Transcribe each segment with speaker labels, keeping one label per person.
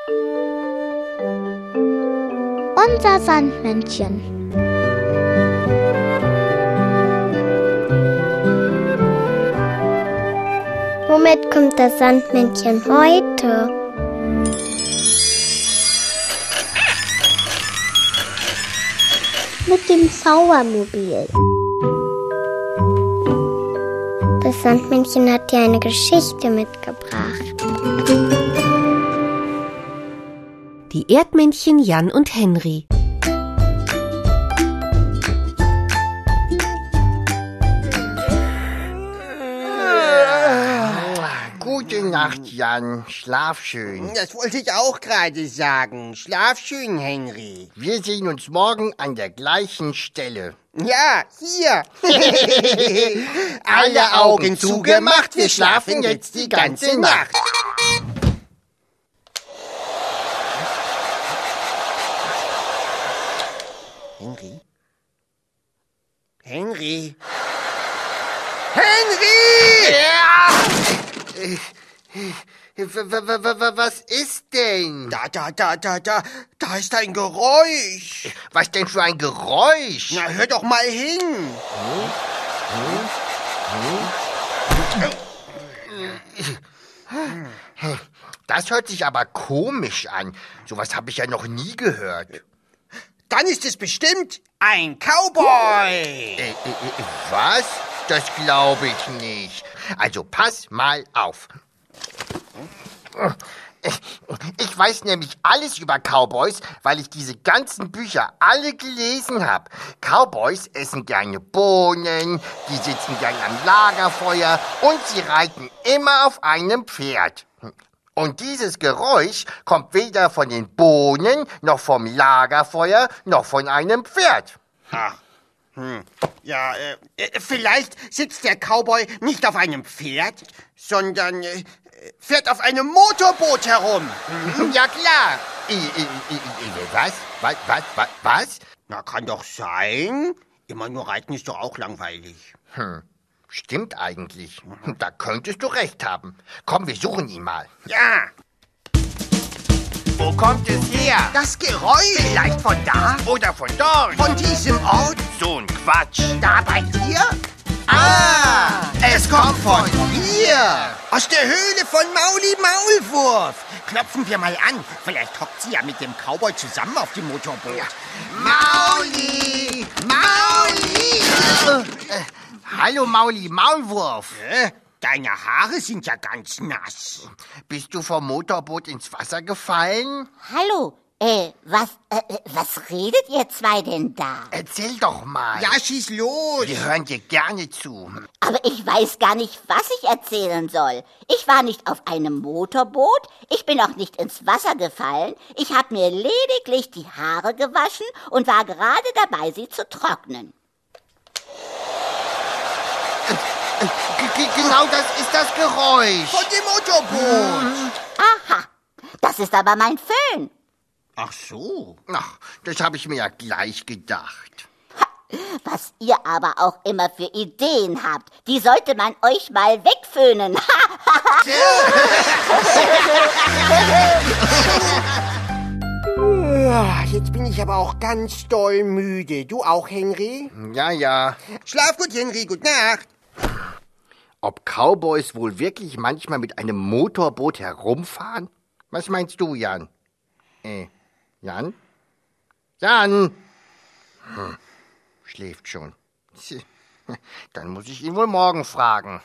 Speaker 1: Unser Sandmännchen.
Speaker 2: Womit kommt das Sandmännchen heute? Mit dem Zaubermobil. Das Sandmännchen hat dir eine Geschichte mitgebracht.
Speaker 3: Die Erdmännchen Jan und Henry.
Speaker 4: Gute Nacht, Jan. Schlaf schön.
Speaker 5: Das wollte ich auch gerade sagen. Schlaf schön, Henry.
Speaker 4: Wir sehen uns morgen an der gleichen Stelle.
Speaker 5: Ja, hier. Alle Augen zugemacht, wir schlafen jetzt die ganze Nacht. Henry? Henry? Henry!
Speaker 4: Ja! Was ist denn?
Speaker 5: Da ist ein Geräusch.
Speaker 4: Was denn für ein Geräusch?
Speaker 5: Na, hör doch mal hin.
Speaker 4: Das hört sich aber komisch an. Sowas habe ich ja noch nie gehört.
Speaker 5: Dann ist es bestimmt ein Cowboy.
Speaker 4: Was? Das glaube ich nicht. Also pass mal auf. Ich weiß nämlich alles über Cowboys, weil ich diese ganzen Bücher alle gelesen habe. Cowboys essen gerne Bohnen, die sitzen gern am Lagerfeuer und sie reiten immer auf einem Pferd. Und dieses Geräusch kommt weder von den Bohnen, noch vom Lagerfeuer, noch von einem Pferd.
Speaker 5: Ja, vielleicht sitzt der Cowboy nicht auf einem Pferd, sondern fährt auf einem Motorboot herum.
Speaker 4: Ja, klar. Was?
Speaker 5: Na, kann doch sein. Immer nur reiten ist doch auch langweilig.
Speaker 4: Stimmt eigentlich. Da könntest du recht haben. Komm, wir suchen ihn mal.
Speaker 5: Ja.
Speaker 4: Wo kommt es her?
Speaker 5: Das Geräusch. Vielleicht von da?
Speaker 4: Oder von dort?
Speaker 5: Von diesem Ort?
Speaker 4: So ein Quatsch.
Speaker 5: Da bei dir?
Speaker 4: Es kommt von hier.
Speaker 5: Aus der Höhle von Mauli Maulwurf. Klopfen wir mal an. Vielleicht hockt sie ja mit dem Cowboy zusammen auf dem Motorboot.
Speaker 4: Mauli! Hallo, Mauli Maulwurf.
Speaker 5: Deine Haare sind ja ganz nass.
Speaker 4: Bist du vom Motorboot ins Wasser gefallen?
Speaker 6: Hallo, was redet ihr zwei denn da?
Speaker 4: Erzähl doch mal.
Speaker 5: Ja, schieß los.
Speaker 4: Wir hören dir gerne zu.
Speaker 6: Aber ich weiß gar nicht, was ich erzählen soll. Ich war nicht auf einem Motorboot, ich bin auch nicht ins Wasser gefallen, ich habe mir lediglich die Haare gewaschen und war gerade dabei, sie zu trocknen.
Speaker 4: Genau das ist das Geräusch.
Speaker 5: Von dem Motorboot.
Speaker 6: Aha, das ist aber mein Föhn.
Speaker 5: Ach so.
Speaker 4: Ach, das habe ich mir ja gleich gedacht.
Speaker 6: Was ihr aber auch immer für Ideen habt, die sollte man euch mal wegföhnen.
Speaker 5: Jetzt bin ich aber auch ganz doll müde. Du auch, Henry?
Speaker 4: Ja.
Speaker 5: Schlaf gut, Henry. Gute Nacht.
Speaker 4: Ob Cowboys wohl wirklich manchmal mit einem Motorboot herumfahren? Was meinst du, Jan? Jan? Jan! Schläft schon. Dann muss ich ihn wohl morgen fragen.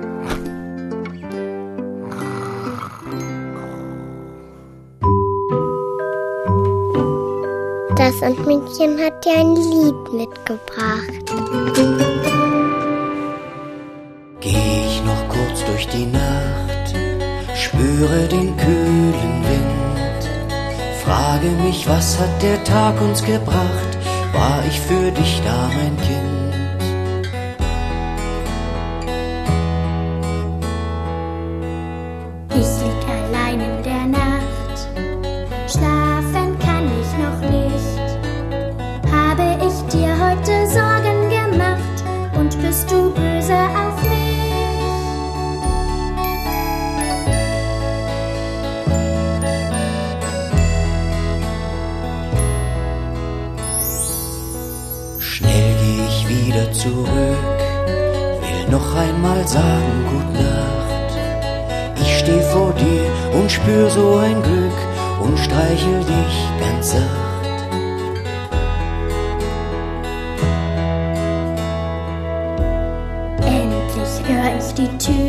Speaker 2: Das Sandmännchen hat dir ein Lied mitgebracht.
Speaker 7: Geh ich noch kurz durch die Nacht, spüre den kühlen Wind, frage mich, was hat der Tag uns gebracht, war ich für dich da, mein Kind?
Speaker 8: Ich lieg allein in der Nacht, schlafen kann ich noch nicht. Habe ich dir heute Sorgen gemacht und bist du böse auf mich?
Speaker 7: zurück, will noch einmal sagen Gut Nacht. Ich steh vor dir und spür so ein Glück und streichel dich ganz sacht.
Speaker 8: Endlich hör ich die Tür